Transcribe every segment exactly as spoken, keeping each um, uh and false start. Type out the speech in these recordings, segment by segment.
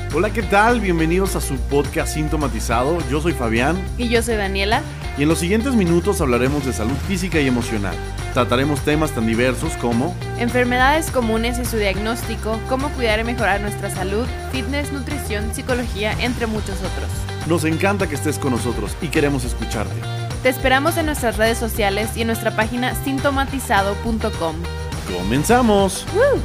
Hola, ¿qué tal? Bienvenidos a su podcast Sintomatizado. Yo soy Fabián. Y yo soy Daniela. Y en los siguientes minutos hablaremos de salud física y emocional. Trataremos temas tan diversos como enfermedades comunes y su diagnóstico, cómo cuidar y mejorar nuestra salud, fitness, nutrición, psicología, entre muchos otros. Nos encanta que estés con nosotros y queremos escucharte. Te esperamos en nuestras redes sociales y en nuestra página sintomatizado punto com. ¡Comenzamos! ¡Woo!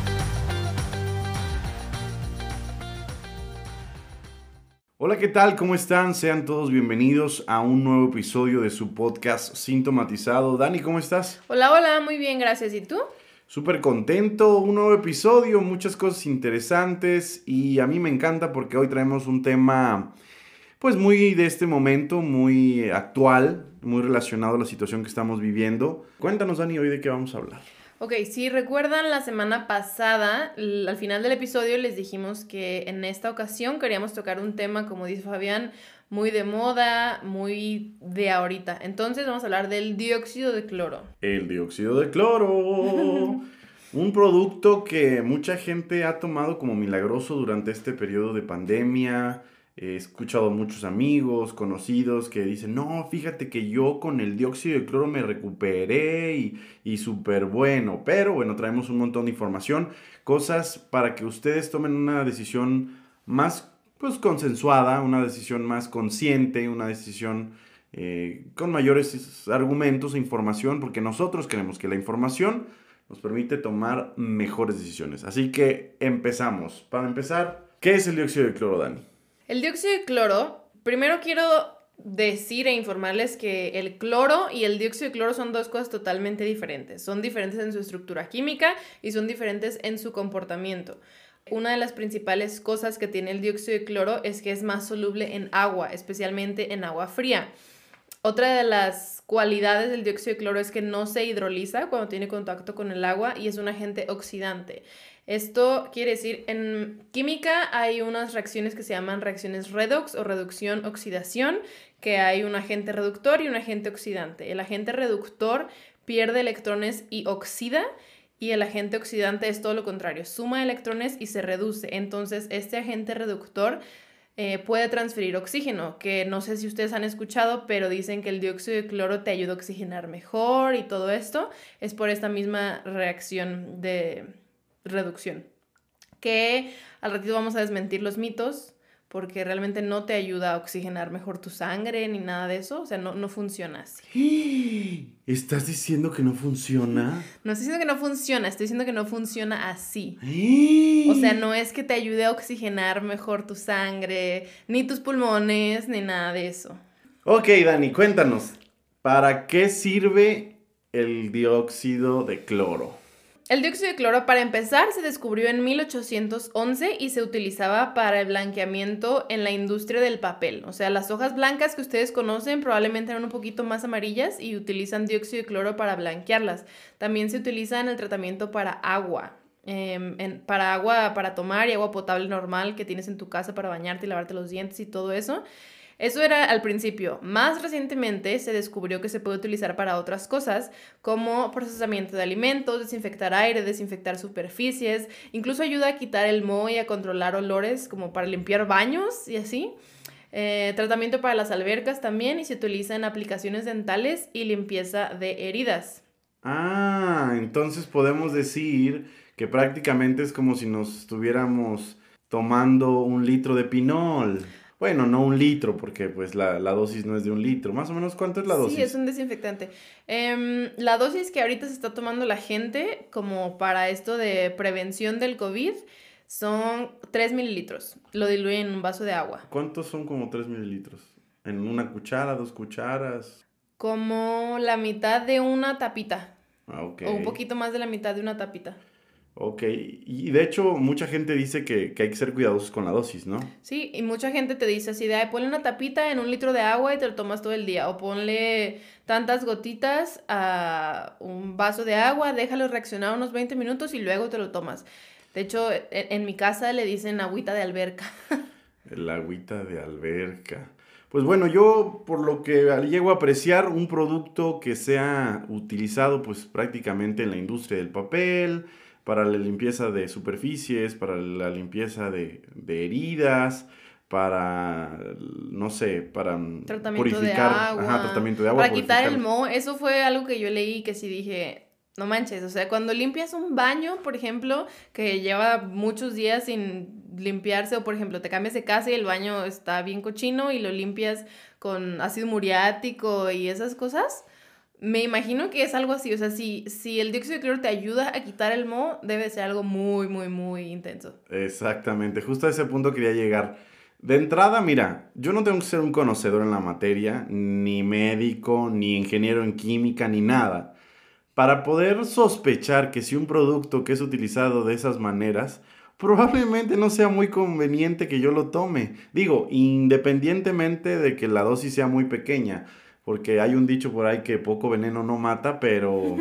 Hola, ¿qué tal? ¿Cómo están? Sean todos bienvenidos a un nuevo episodio de su podcast Sintomatizado. Dani, ¿cómo estás? Hola, hola, muy bien, gracias. ¿Y tú? Súper contento, un nuevo episodio, muchas cosas interesantes y a mí me encanta porque hoy traemos un tema pues muy de este momento, muy actual, muy relacionado a la situación que estamos viviendo. Cuéntanos, Dani, hoy de qué vamos a hablar. Ok, si recuerdan la semana pasada, l- al final del episodio les dijimos que en esta ocasión queríamos tocar un tema, como dice Fabián, muy de moda, muy de ahorita. Entonces vamos a hablar del dióxido de cloro. El dióxido de cloro, un producto que mucha gente ha tomado como milagroso durante este periodo de pandemia. He escuchado a muchos amigos, conocidos que dicen, no, fíjate que yo con el dióxido de cloro me recuperé y, y súper bueno. Pero bueno, traemos un montón de información, cosas para que ustedes tomen una decisión más pues, consensuada, una decisión más consciente, una decisión eh, con mayores argumentos e información, porque nosotros creemos que la información nos permite tomar mejores decisiones. Así que empezamos. Para empezar, ¿qué es el dióxido de cloro, Dani? El dióxido de cloro, primero quiero decir e informarles que el cloro y el dióxido de cloro son dos cosas totalmente diferentes. Son diferentes en su estructura química y son diferentes en su comportamiento. Una de las principales cosas que tiene el dióxido de cloro es que es más soluble en agua, especialmente en agua fría. Otra de las cualidades del dióxido de cloro es que no se hidroliza cuando tiene contacto con el agua y es un agente oxidante. Esto quiere decir, en química hay unas reacciones que se llaman reacciones redox o reducción-oxidación, que hay un agente reductor y un agente oxidante. El agente reductor pierde electrones y oxida, y el agente oxidante es todo lo contrario, suma electrones y se reduce. Entonces, este agente reductor eh, puede transferir oxígeno, que no sé si ustedes han escuchado, pero dicen que el dióxido de cloro te ayuda a oxigenar mejor y todo esto es por esta misma reacción de reducción, que al ratito vamos a desmentir los mitos, porque realmente no te ayuda a oxigenar mejor tu sangre ni nada de eso, o sea, no, no funciona así. ¿Estás diciendo que no funciona? No estoy diciendo que no funciona, estoy diciendo que no funciona así. O sea, no es que te ayude a oxigenar mejor tu sangre, ni tus pulmones, ni nada de eso. Ok, Dani, cuéntanos, ¿para qué sirve el dióxido de cloro? El dióxido de cloro, para empezar, se descubrió en mil ochocientos once y se utilizaba para el blanqueamiento en la industria del papel. O sea, las hojas blancas que ustedes conocen probablemente eran un poquito más amarillas y utilizan dióxido de cloro para blanquearlas. También se utiliza en el tratamiento para agua. Eh, en, para agua para tomar y agua potable normal que tienes en tu casa para bañarte y lavarte los dientes y todo eso. Eso era al principio. Más recientemente se descubrió que se puede utilizar para otras cosas, como procesamiento de alimentos, desinfectar aire, desinfectar superficies, incluso ayuda a quitar el moho y a controlar olores, como para limpiar baños y así. Eh, tratamiento para las albercas también, y se utiliza en aplicaciones dentales y limpieza de heridas. Ah, entonces podemos decir que prácticamente es como si nos estuviéramos tomando un litro de pinol. Bueno, no un litro, porque pues la, la dosis no es de un litro. Más o menos, ¿cuánto es la dosis? Sí, es un desinfectante. Em, la dosis que ahorita se está tomando la gente como para esto de prevención del COVID son tres mililitros. Lo diluyen en un vaso de agua. ¿Cuántos son como tres mililitros? ¿En una cuchara, dos cucharas? Como la mitad de una tapita. Ah, ok. O un poquito más de la mitad de una tapita. Ok, y de hecho mucha gente dice que, que hay que ser cuidadosos con la dosis, ¿no? Sí, y mucha gente te dice así de, "Ay, ponle una tapita en un litro de agua y te lo tomas todo el día. O ponle tantas gotitas a un vaso de agua, déjalo reaccionar unos veinte minutos y luego te lo tomas." De hecho, en, en mi casa le dicen agüita de alberca. El agüita de alberca. Pues bueno, yo por lo que llego a apreciar, un producto que sea utilizado pues prácticamente en la industria del papel, para la limpieza de superficies, para la limpieza de, de heridas, para, no sé, para Tratamiento purificar, de agua. ajá, tratamiento de agua. Para quitar el purificar. moho, eso fue algo que yo leí que sí dije, no manches, o sea, cuando limpias un baño, por ejemplo, que lleva muchos días sin limpiarse, o por ejemplo, te cambias de casa y el baño está bien cochino y lo limpias con ácido muriático y esas cosas, me imagino que es algo así, o sea, si, si el dióxido de cloro te ayuda a quitar el moho, debe ser algo muy, muy, muy intenso. Exactamente, justo a ese punto quería llegar. De entrada, mira, yo no tengo que ser un conocedor en la materia, ni médico, ni ingeniero en química, ni nada, para poder sospechar que si un producto que es utilizado de esas maneras, probablemente no sea muy conveniente que yo lo tome. Digo, independientemente de que la dosis sea muy pequeña, porque hay un dicho por ahí que poco veneno no mata, pero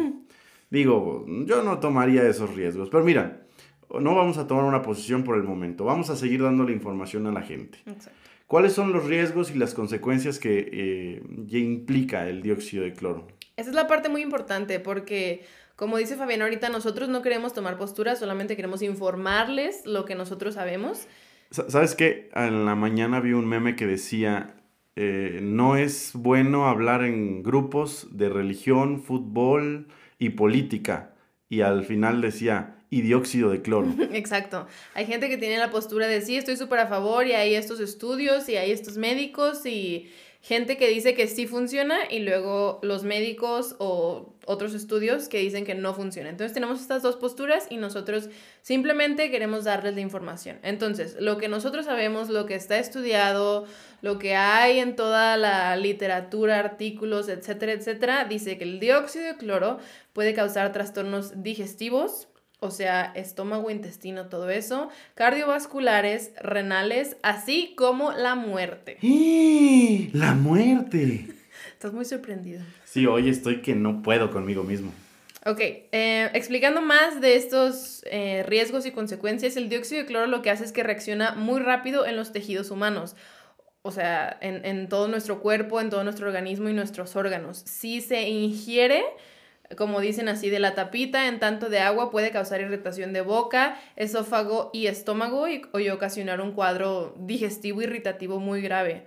digo, yo no tomaría esos riesgos. Pero mira, no vamos a tomar una posición por el momento, vamos a seguir dando la información a la gente. Exacto. ¿Cuáles son los riesgos y las consecuencias que eh, ya implica el dióxido de cloro? Esa es la parte muy importante porque, como dice Fabián ahorita, nosotros no queremos tomar posturas, solamente queremos informarles lo que nosotros sabemos. Sa- ¿Sabes qué? En la mañana vi un meme que decía, eh, no es bueno hablar en grupos de religión, fútbol y política. Y al final decía, y dióxido de cloro. Exacto. Hay gente que tiene la postura de sí, estoy súper a favor y hay estos estudios y hay estos médicos y gente que dice que sí funciona y luego los médicos o otros estudios que dicen que no funciona. Entonces tenemos estas dos posturas y nosotros simplemente queremos darles la información. Entonces, lo que nosotros sabemos, lo que está estudiado, lo que hay en toda la literatura, artículos, etcétera, etcétera, dice que el dióxido de cloro puede causar trastornos digestivos, o sea, estómago, intestino, todo eso, cardiovasculares, renales, así como la muerte. ¡Eh! ¡La muerte! Estás muy sorprendido. Sí, hoy estoy que no puedo conmigo mismo. Ok, eh, explicando más de estos eh, riesgos y consecuencias, el dióxido de cloro lo que hace es que reacciona muy rápido en los tejidos humanos. O sea, en, en todo nuestro cuerpo, en todo nuestro organismo y nuestros órganos. Si se ingiere, como dicen así, de la tapita en tanto de agua, puede causar irritación de boca, esófago y estómago y, y ocasionar un cuadro digestivo irritativo muy grave.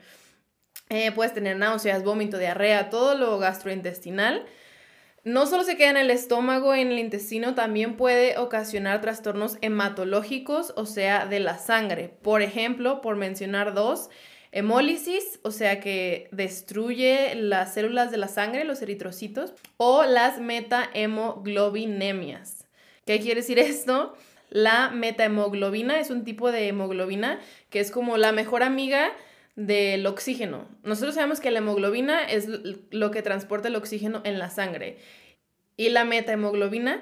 Eh, puedes tener náuseas, vómito, diarrea, todo lo gastrointestinal. No solo se queda en el estómago, en el intestino, también puede ocasionar trastornos hematológicos, o sea, de la sangre. Por ejemplo, por mencionar dos, hemólisis, o sea, que destruye las células de la sangre, los eritrocitos, o las metahemoglobinemias. ¿Qué quiere decir esto? La metahemoglobina es un tipo de hemoglobina que es como la mejor amiga del oxígeno. Nosotros sabemos que la hemoglobina es lo que transporta el oxígeno en la sangre. Y la metahemoglobina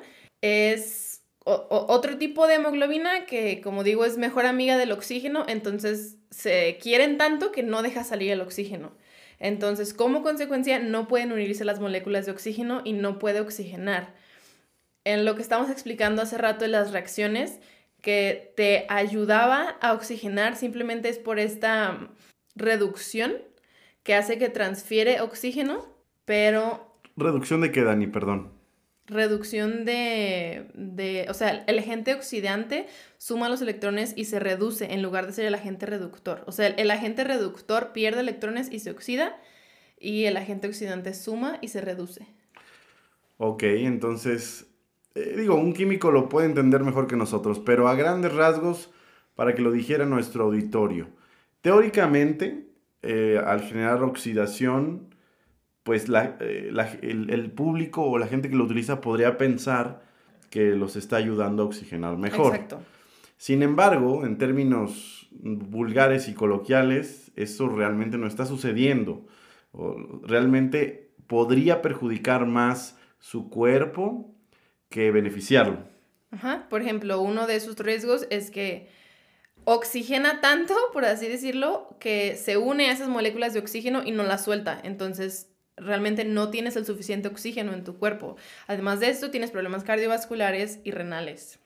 es o, o, otro tipo de hemoglobina que, como digo, es mejor amiga del oxígeno, entonces se quieren tanto que no deja salir el oxígeno. Entonces, como consecuencia, no pueden unirse las moléculas de oxígeno y no puede oxigenar. En lo que estamos explicando hace rato de las reacciones, que te ayudaba a oxigenar simplemente es por esta reducción que hace que transfiere oxígeno, pero... ¿Reducción de qué, Dani? Perdón. Reducción de, de... O sea, el agente oxidante suma los electrones y se reduce en lugar de ser el agente reductor. O sea, el, el agente reductor pierde electrones y se oxida y el agente oxidante suma y se reduce. Ok, entonces, eh, digo, un químico lo puede entender mejor que nosotros, pero a grandes rasgos, para que lo dijera nuestro auditorio. Teóricamente, eh, al generar oxidación, pues la, eh, la, el, el público o la gente que lo utiliza podría pensar que los está ayudando a oxigenar mejor. Exacto. Sin embargo, en términos vulgares y coloquiales, eso realmente no está sucediendo. O realmente podría perjudicar más su cuerpo que beneficiarlo. Ajá. Por ejemplo, uno de sus riesgos es que oxigena tanto, por así decirlo, que se une a esas moléculas de oxígeno y no las suelta. Entonces, realmente no tienes el suficiente oxígeno en tu cuerpo. Además de esto, tienes problemas cardiovasculares y renales.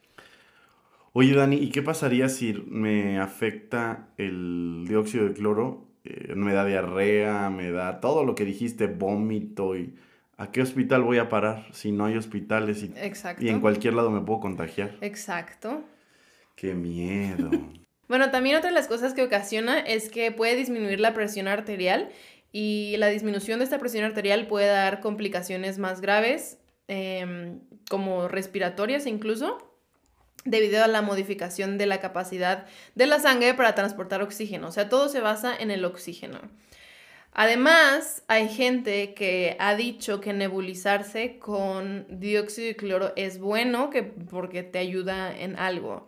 Oye, Dani, ¿y qué pasaría si me afecta el dióxido de cloro? Eh, me da diarrea, me da todo lo que dijiste, vómito y ¿a qué hospital voy a parar si no hay hospitales y, Exacto. y en cualquier lado me puedo contagiar? Exacto. ¡Qué miedo! Bueno, también otra de las cosas que ocasiona es que puede disminuir la presión arterial y la disminución de esta presión arterial puede dar complicaciones más graves, eh, como respiratorias incluso, debido a la modificación de la capacidad de la sangre para transportar oxígeno. O sea, todo se basa en el oxígeno. Además, hay gente que ha dicho que nebulizarse con dióxido de cloro es bueno que, porque te ayuda en algo.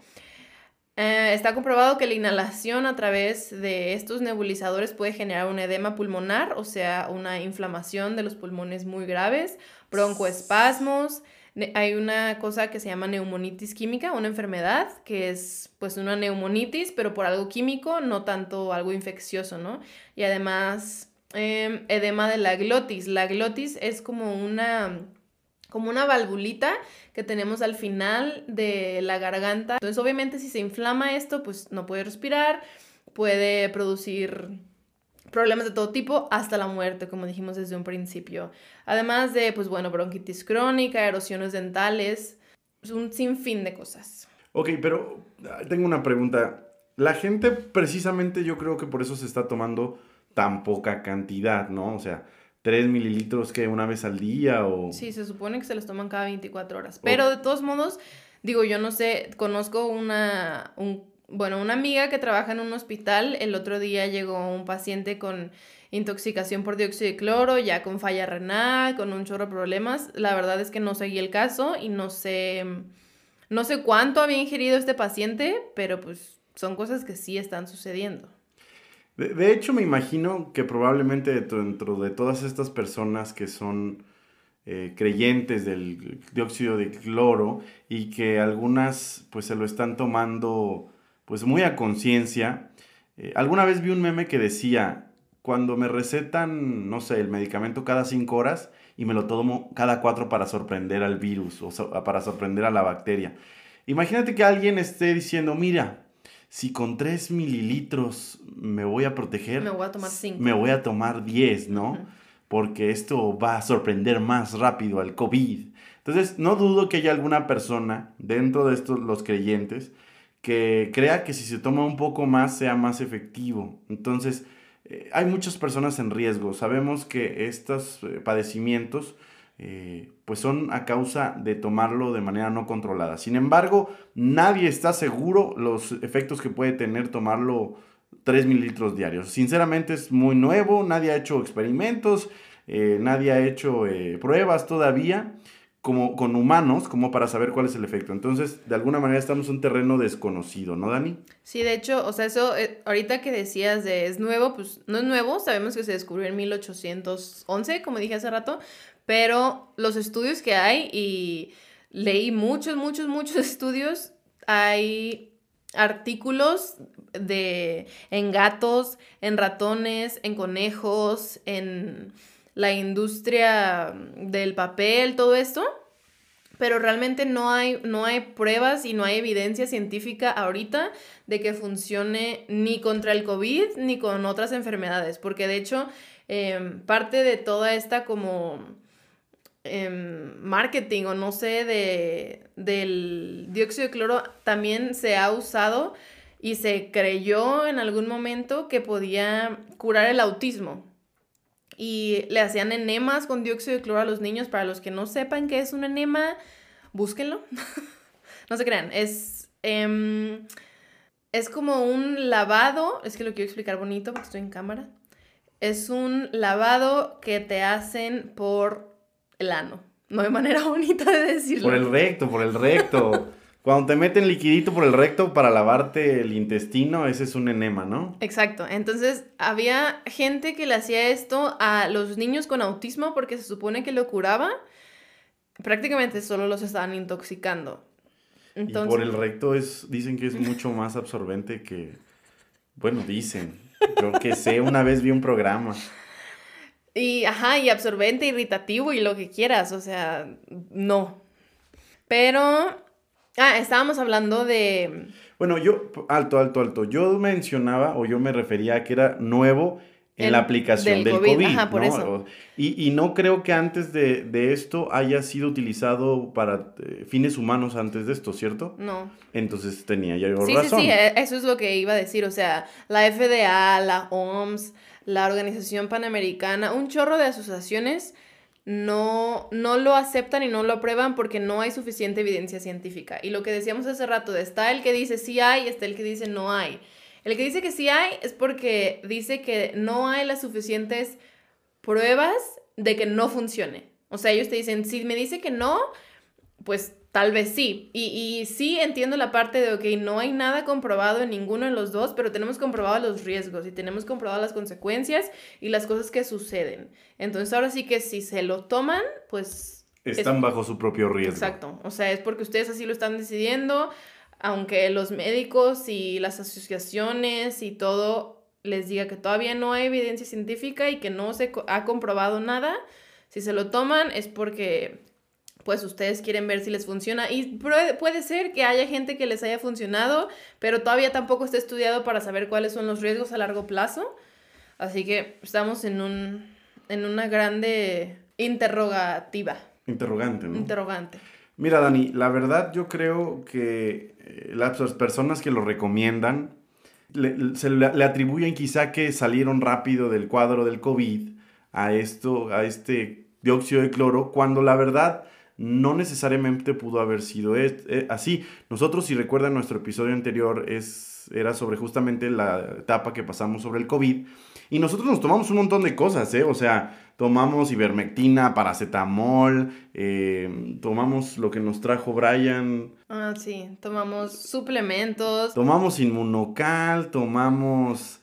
Eh, está comprobado que la inhalación a través de estos nebulizadores puede generar un edema pulmonar, o sea, una inflamación de los pulmones muy graves, broncoespasmos. Ne- Hay una cosa que se llama neumonitis química, una enfermedad que es pues una neumonitis, pero por algo químico, no tanto algo infeccioso, ¿no? Y además, eh, edema de la glotis. La glotis es como una, como una valvulita que tenemos al final de la garganta. Entonces, obviamente, si se inflama esto, pues no puede respirar, puede producir problemas de todo tipo, hasta la muerte, como dijimos desde un principio. Además de, pues bueno, bronquitis crónica, erosiones dentales, es un sinfín de cosas. Ok, pero ah, tengo una pregunta. La gente precisamente yo creo que por eso se está tomando tan poca cantidad, ¿no? O sea, tres mililitros que una vez al día o... Sí, se supone que se los toman cada veinticuatro horas. o- Pero de todos modos, digo, yo no sé, conozco una, un, bueno, una amiga que trabaja en un hospital. El otro día llegó un paciente con intoxicación por dióxido de cloro, ya con falla renal, con un chorro de problemas. La verdad es que no seguí el caso y no sé, no sé cuánto había ingerido este paciente, pero pues son cosas que sí están sucediendo. De, de hecho, me imagino que probablemente dentro de todas estas personas que son eh, creyentes del dióxido de cloro y que algunas pues se lo están tomando pues muy a conciencia. Eh, alguna vez vi un meme que decía, cuando me recetan, no sé, el medicamento cada cinco horas y me lo tomo cada cuatro para sorprender al virus o so- para sorprender a la bacteria. Imagínate que alguien esté diciendo, mira, si con tres mililitros me voy a proteger, Me voy a tomar s- cinco. me voy a tomar diez, ¿no? Ujú. Porque esto va a sorprender más rápido al COVID. Entonces, no dudo que haya alguna persona dentro de estos, los creyentes, que crea que si se toma un poco más sea más efectivo. Entonces, eh, hay muchas personas en riesgo. Sabemos que estos eh, padecimientos eh, pues son a causa de tomarlo de manera no controlada. Sin embargo, nadie está seguro los efectos que puede tener tomarlo tres mililitros diarios. Sinceramente es muy nuevo, nadie ha hecho experimentos, eh, nadie ha hecho eh, pruebas todavía como con humanos como para saber cuál es el efecto. Entonces, de alguna manera estamos en un terreno desconocido, ¿no, Dani? Sí, de hecho, o sea, eso, eh, ahorita que decías de es nuevo, pues no es nuevo, sabemos que se descubrió en mil ochocientos once, como dije hace rato, pero los estudios que hay, y leí muchos, muchos, muchos estudios, hay artículos de, en gatos, en ratones, en conejos, en la industria del papel, todo esto. Pero realmente no hay, no hay pruebas y no hay evidencia científica ahorita de que funcione ni contra el COVID ni con otras enfermedades. Porque de hecho, eh, parte de toda esta como eh, marketing o no sé, de, del dióxido de cloro también se ha usado y se creyó en algún momento que podía curar el autismo. Y le hacían enemas con dióxido de cloro a los niños. Para los que no sepan qué es un enema, búsquenlo. No se crean, es, em, es como un lavado, es que lo quiero explicar bonito porque estoy en cámara. Es un lavado que te hacen por el ano. No hay manera bonita de decirlo. Por el recto, por el recto. Cuando te meten liquidito por el recto para lavarte el intestino, ese es un enema, ¿no? Exacto. Entonces, había gente que le hacía esto a los niños con autismo porque se supone que lo curaba. Prácticamente solo los estaban intoxicando. Y por Entonces, el recto es, dicen que es mucho más absorbente que, bueno, dicen. Yo que sé, una vez vi un programa. y ajá, y absorbente, irritativo y lo que quieras, o sea, no. Pero, ah, estábamos hablando de, Bueno, yo, alto, alto, alto. Yo mencionaba o yo me refería a que era nuevo En, en la aplicación del, del COVID, COVID, ajá, por ¿no? eso. Y, y no creo que antes de, de esto haya sido utilizado para eh, fines humanos antes de esto, ¿cierto? No. Entonces tenía yo sí, razón. Sí, sí, eso es lo que iba a decir. O sea, la F D A, la O M S, la Organización Panamericana, un chorro de asociaciones no, no lo aceptan y no lo aprueban porque no hay suficiente evidencia científica. Y lo que decíamos hace rato, está el que dice sí hay y está el que dice no hay. El que dice que sí hay es porque dice que no hay las suficientes pruebas de que no funcione. O sea, ellos te dicen, si me dice que no, pues tal vez sí. Y, y sí entiendo la parte de, ok, no hay nada comprobado en ninguno de los dos, pero tenemos comprobado los riesgos y tenemos comprobado las consecuencias y las cosas que suceden. Entonces ahora sí que si se lo toman, pues... Están es... bajo su propio riesgo. Exacto. O sea, es porque ustedes así lo están decidiendo, aunque los médicos y las asociaciones y todo les diga que todavía no hay evidencia científica y que no se ha comprobado nada, si se lo toman es porque pues ustedes quieren ver si les funciona y puede ser que haya gente que les haya funcionado, pero todavía tampoco está estudiado para saber cuáles son los riesgos a largo plazo, así que estamos en un en una grande interrogativa. Interrogante, ¿no? Interrogante. Mira, Dani, la verdad yo creo que las personas que lo recomiendan le, se le, le atribuyen quizá que salieron rápido del cuadro del COVID a esto, a este dióxido de cloro, cuando la verdad no necesariamente pudo haber sido es, eh, así. Nosotros, si recuerdan nuestro episodio anterior, es, era sobre justamente la etapa que pasamos sobre el COVID, y nosotros nos tomamos un montón de cosas, ¿eh? O sea, tomamos ivermectina, paracetamol, eh, tomamos lo que nos trajo Brian. Ah, sí, tomamos suplementos. Tomamos Inmunocal, tomamos,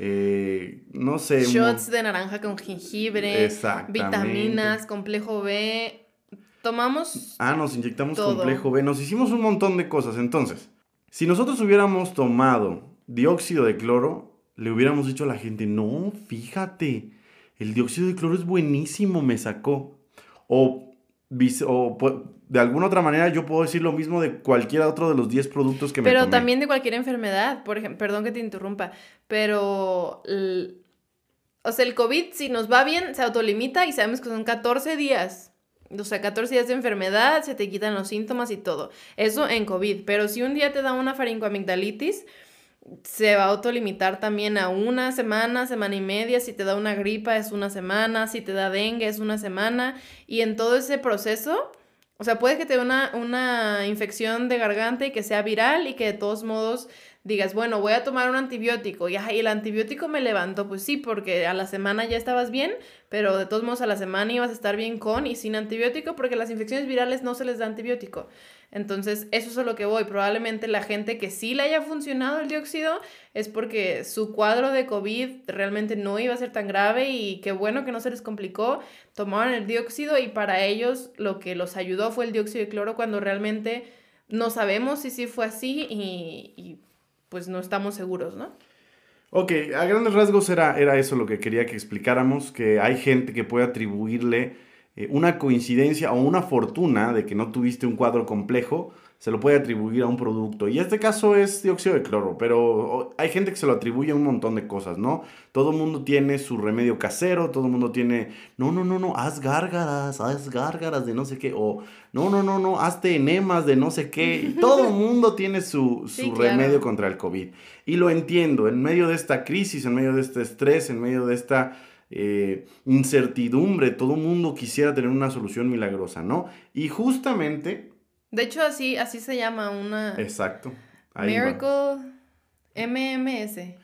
eh, no sé. Shots de naranja con jengibre. Exactamente. Vitaminas, complejo B. Tomamos Ah, nos inyectamos todo. complejo B. Nos hicimos un montón de cosas. Entonces, si nosotros hubiéramos tomado dióxido de cloro, le hubiéramos dicho a la gente, no, fíjate, el dióxido de cloro es buenísimo, me sacó. O, o de alguna otra manera yo puedo decir lo mismo de cualquier otro de los diez productos que me Pero tomé. también de cualquier enfermedad, por ejemplo, perdón que te interrumpa, pero, el, o sea, el COVID, si nos va bien, se autolimita y sabemos que son catorce días. O sea, catorce días de enfermedad, se te quitan los síntomas y todo. Eso en COVID. Pero si un día te da una faringoamigdalitis, se va a autolimitar también a una semana, semana y media. Si te da una gripa es una semana, si te da dengue es una semana. Y en todo ese proceso, o sea, puede que te dé una, una infección de garganta y que sea viral y que de todos modos digas, bueno, voy a tomar un antibiótico y, ay, el antibiótico me levantó. Pues sí, porque a la semana ya estabas bien, pero de todos modos a la semana ibas a estar bien con y sin antibiótico porque las infecciones virales no se les da antibiótico. Entonces, eso es a lo que voy. Probablemente la gente que sí le haya funcionado el dióxido es porque su cuadro de COVID realmente no iba a ser tan grave y qué bueno que no se les complicó. Tomaron el dióxido y para ellos lo que los ayudó fue el dióxido de cloro cuando realmente no sabemos si sí fue así y, y pues no estamos seguros, ¿no? Ok, a grandes rasgos era, era eso lo que quería que explicáramos, que hay gente que puede atribuirle eh, una coincidencia o una fortuna de que no tuviste un cuadro complejo, se lo puede atribuir a un producto. Y este caso es dióxido de cloro, pero hay gente que se lo atribuye a un montón de cosas, ¿no? Todo el mundo tiene su remedio casero, todo el mundo tiene, no, no, no, no, haz gárgaras, haz gárgaras de no sé qué, o no, no, no, no, hazte enemas de no sé qué. Y todo el mundo tiene su, su Sí, remedio claro. contra el COVID. Y lo entiendo, en medio de esta crisis, en medio de este estrés, en medio de esta eh, incertidumbre, todo el mundo quisiera tener una solución milagrosa, ¿no? Y justamente... De hecho, así, así se llama una... Exacto. Ahí Miracle va. M M S.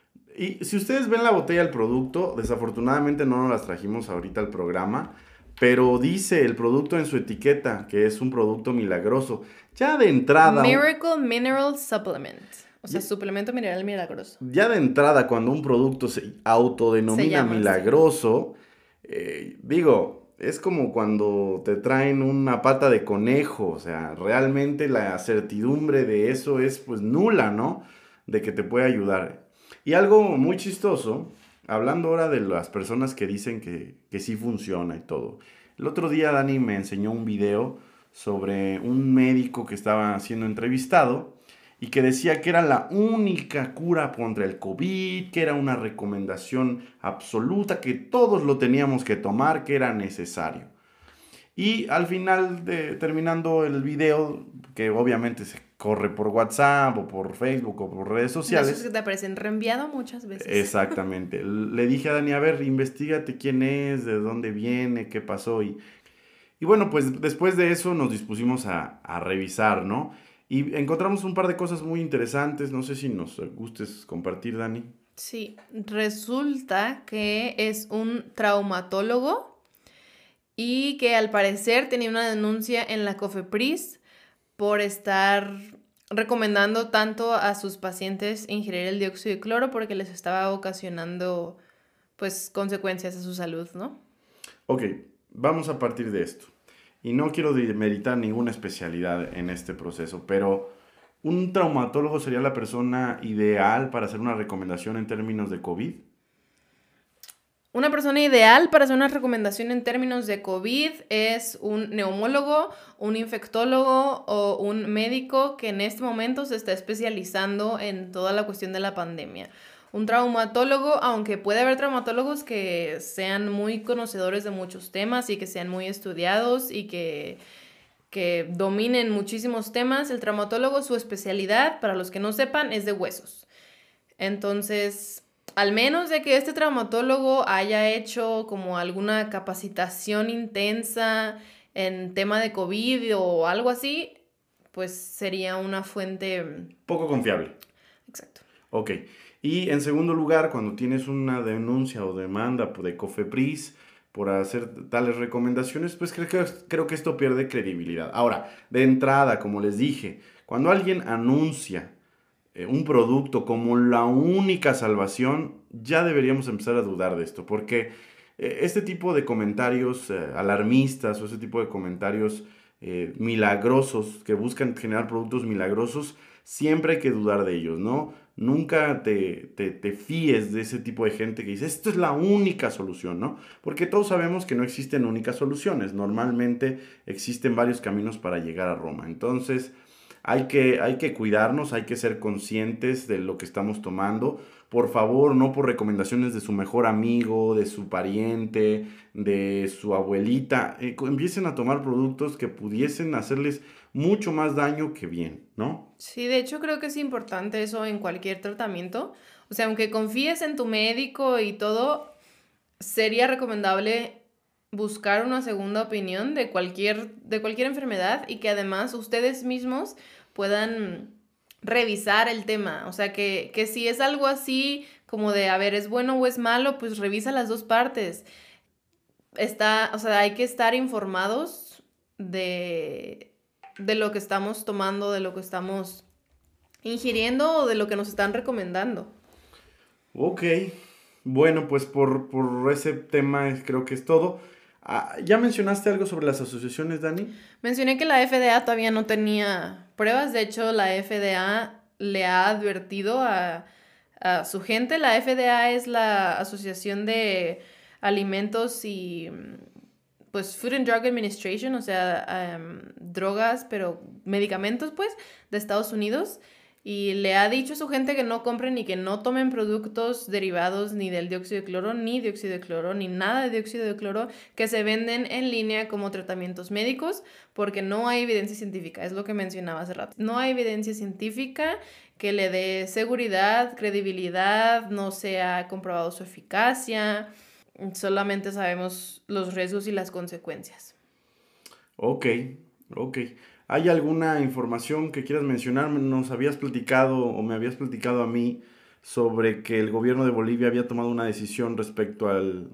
Y si ustedes ven la botella del producto, desafortunadamente no nos las trajimos ahorita al programa, pero dice el producto en su etiqueta que es un producto milagroso. Ya de entrada... Miracle Mineral Supplement. O sea, Ya- suplemento mineral milagroso. Ya de entrada, cuando un producto se autodenomina Se llama así. milagroso, eh, digo, es como cuando te traen una pata de conejo, o sea, realmente la certidumbre de eso es pues nula, ¿no? De que te puede ayudar. Y algo muy chistoso, hablando ahora de las personas que dicen que, que sí funciona y todo. El otro día Dani me enseñó un video sobre un médico que estaba siendo entrevistado y que decía que era la única cura contra el COVID, que era una recomendación absoluta, que todos lo teníamos que tomar, que era necesario. Y al final, de, terminando el video, que obviamente se corre por WhatsApp o por Facebook o por redes sociales. Esos que te aparecen reenviado muchas veces. Exactamente. Le dije a Dani, a ver, investígate quién es, de dónde viene, qué pasó. Y, y bueno, pues después de eso nos dispusimos a, a revisar, ¿no? Y encontramos un par de cosas muy interesantes. No sé si nos gustes compartir, Dani. Sí, resulta que es un traumatólogo y que al parecer tenía una denuncia en la COFEPRIS por estar recomendando tanto a sus pacientes ingerir el dióxido de cloro porque les estaba ocasionando, pues, consecuencias a su salud, ¿no? Ok, vamos a partir de esto. Y no quiero demeritar ninguna especialidad en este proceso, pero ¿un traumatólogo sería la persona ideal para hacer una recomendación en términos de COVID? Una persona ideal para hacer una recomendación en términos de COVID es un neumólogo, un infectólogo o un médico que en este momento se está especializando en toda la cuestión de la pandemia. Un traumatólogo, aunque puede haber traumatólogos que sean muy conocedores de muchos temas y que sean muy estudiados y que, que dominen muchísimos temas, el traumatólogo, su especialidad, para los que no sepan, es de huesos. Entonces, al menos de que este traumatólogo haya hecho como alguna capacitación intensa en tema de COVID o algo así, pues sería una fuente poco confiable. Exacto. Ok. Y en segundo lugar, cuando tienes una denuncia o demanda de COFEPRIS por hacer tales recomendaciones, pues creo que, creo que esto pierde credibilidad. Ahora, de entrada, como les dije, cuando alguien anuncia eh, un producto como la única salvación, ya deberíamos empezar a dudar de esto, porque eh, este tipo de comentarios eh, alarmistas o este tipo de comentarios eh, milagrosos que buscan generar productos milagrosos, siempre hay que dudar de ellos, ¿no? Nunca te, te, te fíes de ese tipo de gente que dice, esto es la única solución, ¿no? Porque todos sabemos que no existen únicas soluciones. Normalmente existen varios caminos para llegar a Roma. Entonces, hay que, hay que cuidarnos, hay que ser conscientes de lo que estamos tomando. Por favor, no por recomendaciones de su mejor amigo, de su pariente, de su abuelita. Eh, empiecen a tomar productos que pudiesen hacerles mucho más daño que bien, ¿no? Sí, de hecho creo que es importante eso en cualquier tratamiento. O sea, aunque confíes en tu médico y todo, sería recomendable buscar una segunda opinión de cualquier, de cualquier enfermedad y que además ustedes mismos puedan revisar el tema. O sea, que, que si es algo así como de, a ver, ¿es bueno o es malo? Pues revisa las dos partes. Está, o sea, hay que estar informados de, de lo que estamos tomando, de lo que estamos ingiriendo o de lo que nos están recomendando. Ok, bueno, pues por, por ese tema creo que es todo. Ah, ¿ya mencionaste algo sobre las asociaciones, Dani? Mencioné que la F D A todavía no tenía pruebas. De hecho, la F D A le ha advertido a, a su gente. La F D A es la Asociación de Alimentos y, pues, Food and Drug Administration, o sea, um, drogas, pero medicamentos, pues, de Estados Unidos. Y le ha dicho a su gente que no compren ni que no tomen productos derivados ni del dióxido de cloro, ni dióxido de cloro, ni nada de dióxido de cloro que se venden en línea como tratamientos médicos, porque no hay evidencia científica, es lo que mencionaba hace rato. No hay evidencia científica que le dé seguridad, credibilidad, no se ha comprobado su eficacia, solamente sabemos los riesgos y las consecuencias. Ok, ok. ¿Hay alguna información que quieras mencionar? Nos habías platicado o me habías platicado a mí sobre que el gobierno de Bolivia había tomado una decisión respecto al,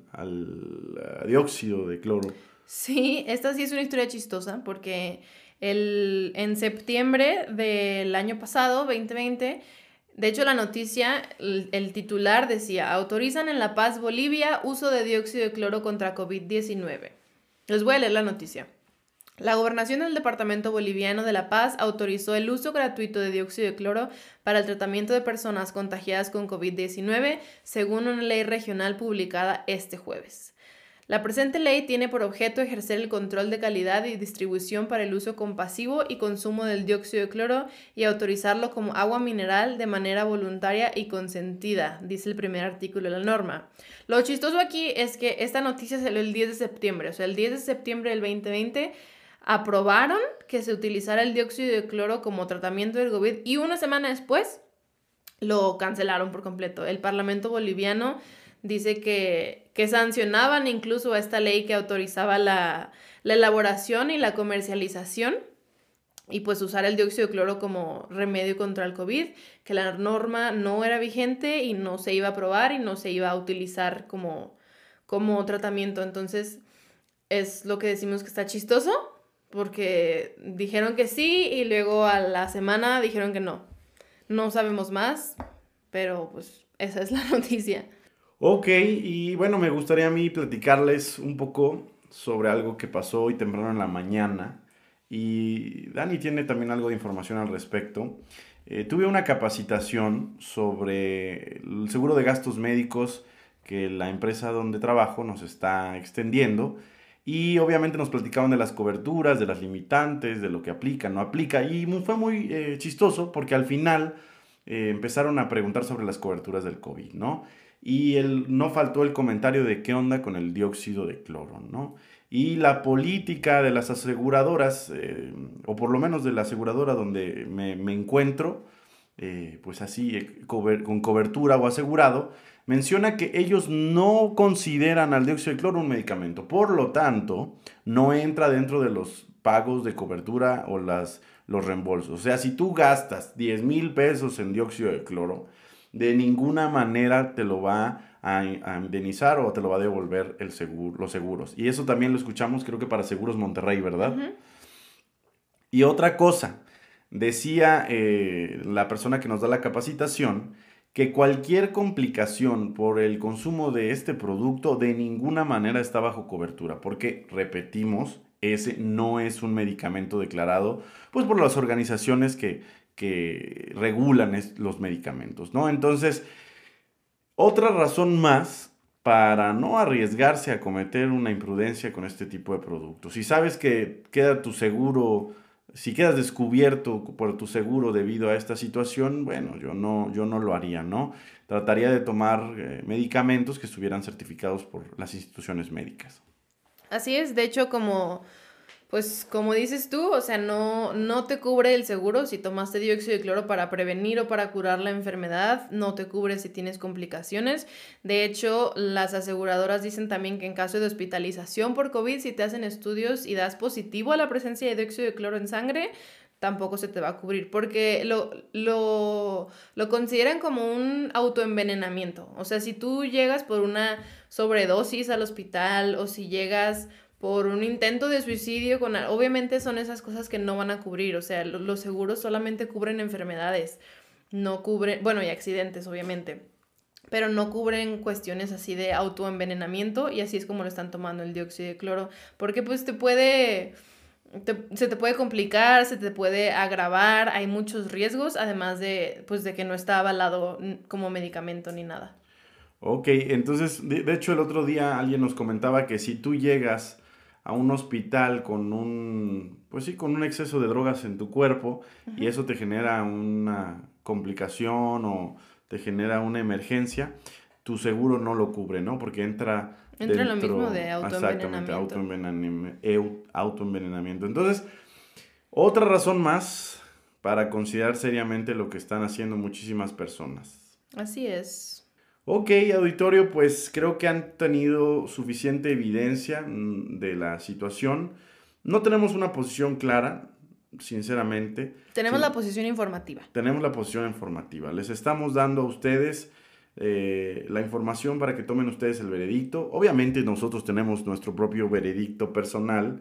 al uh, dióxido de cloro. Sí, esta sí es una historia chistosa porque el, en septiembre del año pasado, veinte veinte, de hecho la noticia, el, el titular decía, autorizan en La Paz, Bolivia, uso de dióxido de cloro contra COVID diecinueve. Les voy a leer la noticia. La gobernación del departamento boliviano de La Paz autorizó el uso gratuito de dióxido de cloro para el tratamiento de personas contagiadas con COVID diecinueve, según una ley regional publicada este jueves. La presente ley tiene por objeto ejercer el control de calidad y distribución para el uso compasivo y consumo del dióxido de cloro y autorizarlo como agua mineral de manera voluntaria y consentida, dice el primer artículo de la norma. Lo chistoso aquí es que esta noticia salió el diez de septiembre, o sea, el diez de septiembre del veinte veinte aprobaron que se utilizara el dióxido de cloro como tratamiento del COVID y una semana después lo cancelaron por completo. El Parlamento boliviano dice que, que sancionaban incluso a esta ley que autorizaba la, la elaboración y la comercialización y pues usar el dióxido de cloro como remedio contra el COVID, que la norma no era vigente y no se iba a aprobar y no se iba a utilizar como, como tratamiento. Entonces es lo que decimos que está chistoso, porque dijeron que sí y luego a la semana dijeron que no. No sabemos más, pero pues esa es la noticia. Ok, y bueno, me gustaría a mí platicarles un poco sobre algo que pasó hoy temprano en la mañana. Y Dani tiene también algo de información al respecto. Eh, tuve una capacitación sobre el seguro de gastos médicos que la empresa donde trabajo nos está extendiendo. Y obviamente nos platicaban de las coberturas, de las limitantes, de lo que aplica, no aplica. Y mu- fue muy eh, chistoso porque al final eh, empezaron a preguntar sobre las coberturas del COVID, ¿no? Y el, no faltó el comentario de qué onda con el dióxido de cloro, ¿no? Y la política de las aseguradoras, eh, o por lo menos de la aseguradora donde me, me encuentro, eh, pues así, eh, cober- con cobertura o asegurado, menciona que ellos no consideran al dióxido de cloro un medicamento. Por lo tanto, no entra dentro de los pagos de cobertura o las, los reembolsos. O sea, si tú gastas diez mil pesos en dióxido de cloro, de ninguna manera te lo va a, a indemnizar o te lo va a devolver el seguro, los seguros. Y eso también lo escuchamos, creo que para Seguros Monterrey, ¿verdad? Uh-huh. Y otra cosa, decía eh, la persona que nos da la capacitación que cualquier complicación por el consumo de este producto de ninguna manera está bajo cobertura, porque, repetimos, ese no es un medicamento declarado pues, por las organizaciones que, que regulan es- los medicamentos, ¿no? Entonces, otra razón más para no arriesgarse a cometer una imprudencia con este tipo de productos. Si sabes que queda tu seguro, si quedas descubierto por tu seguro debido a esta situación, bueno, yo no, yo no lo haría, ¿no? Trataría de tomar eh, medicamentos que estuvieran certificados por las instituciones médicas. Así es, de hecho, como, pues, como dices tú, o sea, no, no te cubre el seguro si tomaste dióxido de cloro para prevenir o para curar la enfermedad, no te cubre si tienes complicaciones. De hecho, las aseguradoras dicen también que en caso de hospitalización por COVID, si te hacen estudios y das positivo a la presencia de dióxido de cloro en sangre, tampoco se te va a cubrir, porque lo, lo, lo consideran como un autoenvenenamiento. O sea, si tú llegas por una sobredosis al hospital o si llegas por un intento de suicidio, con, obviamente son esas cosas que no van a cubrir. O sea, lo- los seguros solamente cubren enfermedades, no cubren, bueno, y accidentes, obviamente, pero no cubren cuestiones así de autoenvenenamiento y así es como lo están tomando el dióxido de cloro, porque pues te puede, te- se te puede complicar, se te puede agravar, hay muchos riesgos, además de, pues, de que no está avalado mm, como medicamento ni nada. Ok, entonces, de, de hecho el otro día alguien nos comentaba que si tú llegas a un hospital con un, pues sí, con un exceso de drogas en tu cuerpo y Ujú. eso te genera una complicación o te genera una emergencia, tu seguro no lo cubre, ¿no? Porque entra Entra en lo mismo de dentro, exactamente, autoenvenenamiento. autoenvenenem- eu- autoenvenenamiento. Entonces, otra razón más para considerar seriamente lo que están haciendo muchísimas personas. Así es. Ok, auditorio, pues creo que han tenido suficiente evidencia mm, de la situación. No tenemos una posición clara, sinceramente. Tenemos la Sin- posición informativa. Tenemos la posición informativa. Les estamos dando a ustedes eh, la información para que tomen ustedes el veredicto. Obviamente nosotros tenemos nuestro propio veredicto personal,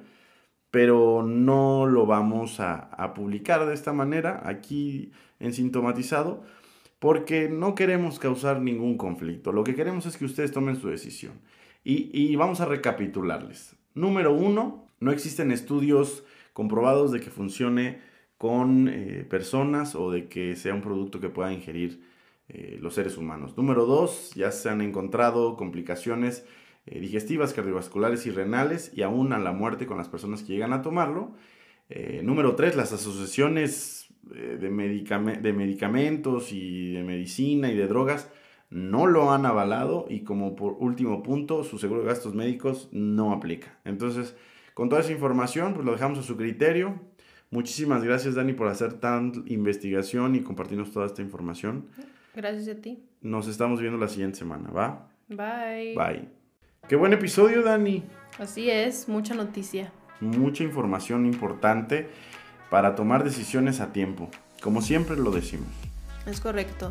pero no lo vamos a, a publicar de esta manera aquí en Sintomatizado porque no queremos causar ningún conflicto. Lo que queremos es que ustedes tomen su decisión. Y, y vamos a recapitularles. Número uno, no existen estudios comprobados de que funcione con eh, personas o de que sea un producto que pueda ingerir eh, los seres humanos. Número dos, ya se han encontrado complicaciones eh, digestivas, cardiovasculares y renales, y aún a la muerte con las personas que llegan a tomarlo. Eh, número tres, las asociaciones eh, de, medicame- de medicamentos y de medicina y de drogas no lo han avalado, y como por último punto, su seguro de gastos médicos no aplica. Entonces, con toda esa información, pues lo dejamos a su criterio. Muchísimas gracias, Dani, por hacer tanta investigación y compartirnos toda esta información. Gracias a ti. Nos estamos viendo la siguiente semana, ¿va? Bye. Bye. Qué buen episodio, Dani. Así es, mucha noticia. Mucha información importante para tomar decisiones a tiempo, como siempre lo decimos. Es correcto.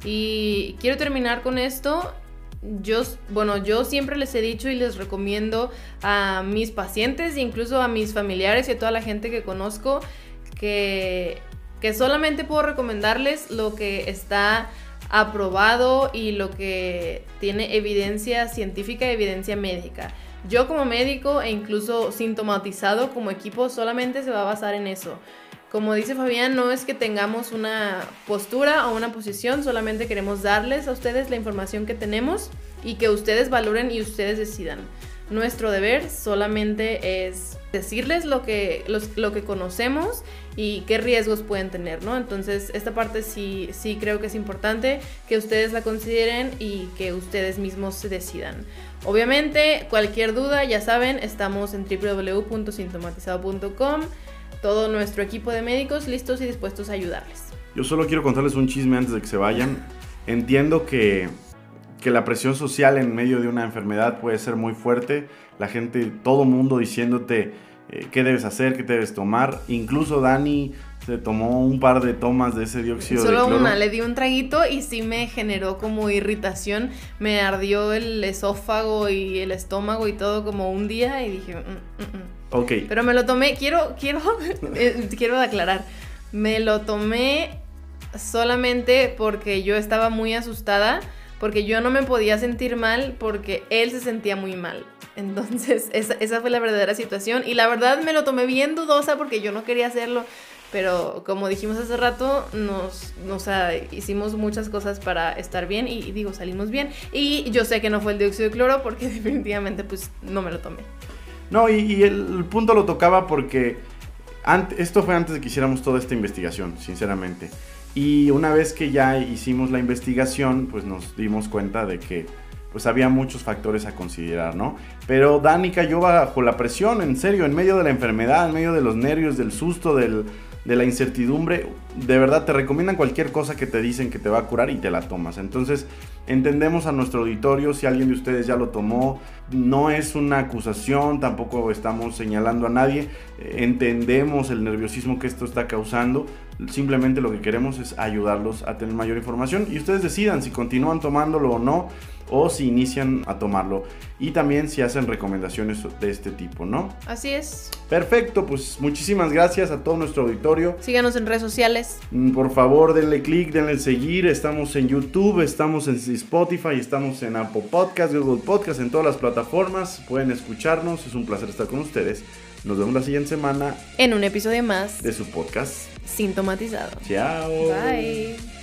Y quiero terminar con esto. Yo, bueno, yo siempre les he dicho y les recomiendo a mis pacientes e incluso a mis familiares y a toda la gente que conozco que, que solamente puedo recomendarles lo que está aprobado y lo que tiene evidencia científica y evidencia médica. Yo como médico e incluso sintomatizado como equipo solamente se va a basar en eso. Como dice Fabián, no es que tengamos una postura o una posición, solamente queremos darles a ustedes la información que tenemos y que ustedes valoren y ustedes decidan. Nuestro deber solamente es decirles lo que, los, lo que conocemos y qué riesgos pueden tener, ¿no? Entonces, esta parte sí, sí creo que es importante que ustedes la consideren y que ustedes mismos se decidan. Obviamente, cualquier duda, ya saben, estamos en doble u doble u doble u punto sintomatizado punto com. Todo nuestro equipo de médicos listos y dispuestos a ayudarles. Yo solo quiero contarles un chisme antes de que se vayan. Entiendo que, que la presión social en medio de una enfermedad puede ser muy fuerte. La gente, todo mundo diciéndote eh, qué debes hacer, qué debes tomar. Incluso Dani se tomó un par de tomas de ese dióxido Solo de cloro. una, le di un traguito y sí me generó como irritación. Me ardió el esófago y el estómago y todo como un día y dije... Mm, mm, mm. Ok. Pero me lo tomé, quiero, quiero, eh, quiero aclarar, me lo tomé solamente porque yo estaba muy asustada, porque yo no me podía sentir mal, porque él se sentía muy mal. Entonces, esa, esa fue la verdadera situación. Y la verdad me lo tomé bien dudosa porque yo no quería hacerlo. Pero como dijimos hace rato, nos, o sea, hicimos muchas cosas para estar bien y, y digo, salimos bien. Y yo sé que no fue el dióxido de cloro porque definitivamente pues no me lo tomé. No, y, y el, el punto lo tocaba porque ante, esto fue antes de que hiciéramos toda esta investigación, sinceramente. Y una vez que ya hicimos la investigación, pues nos dimos cuenta de que pues había muchos factores a considerar, ¿no? Pero Dani cayó bajo la presión, en serio, en medio de la enfermedad, en medio de los nervios, del susto, del, de la incertidumbre. De verdad, te recomiendan cualquier cosa que te dicen que te va a curar y te la tomas. Entonces, entendemos a nuestro auditorio, si alguien de ustedes ya lo tomó, no es una acusación, tampoco estamos señalando a nadie, entendemos el nerviosismo que esto está causando, simplemente lo que queremos es ayudarlos a tener mayor información y ustedes decidan si continúan tomándolo o no, o si inician a tomarlo, y también si hacen recomendaciones de este tipo, ¿no? Así es. Perfecto, pues muchísimas gracias a todo nuestro auditorio. Síganos en redes sociales. Por favor, denle click, denle seguir. Estamos en YouTube, estamos en Spotify, estamos en Apple Podcast, Google Podcast, en todas las plataformas. Pueden escucharnos, es un placer estar con ustedes. Nos vemos la siguiente semana En un episodio más de su podcast Sintomatizado. Chao. Bye.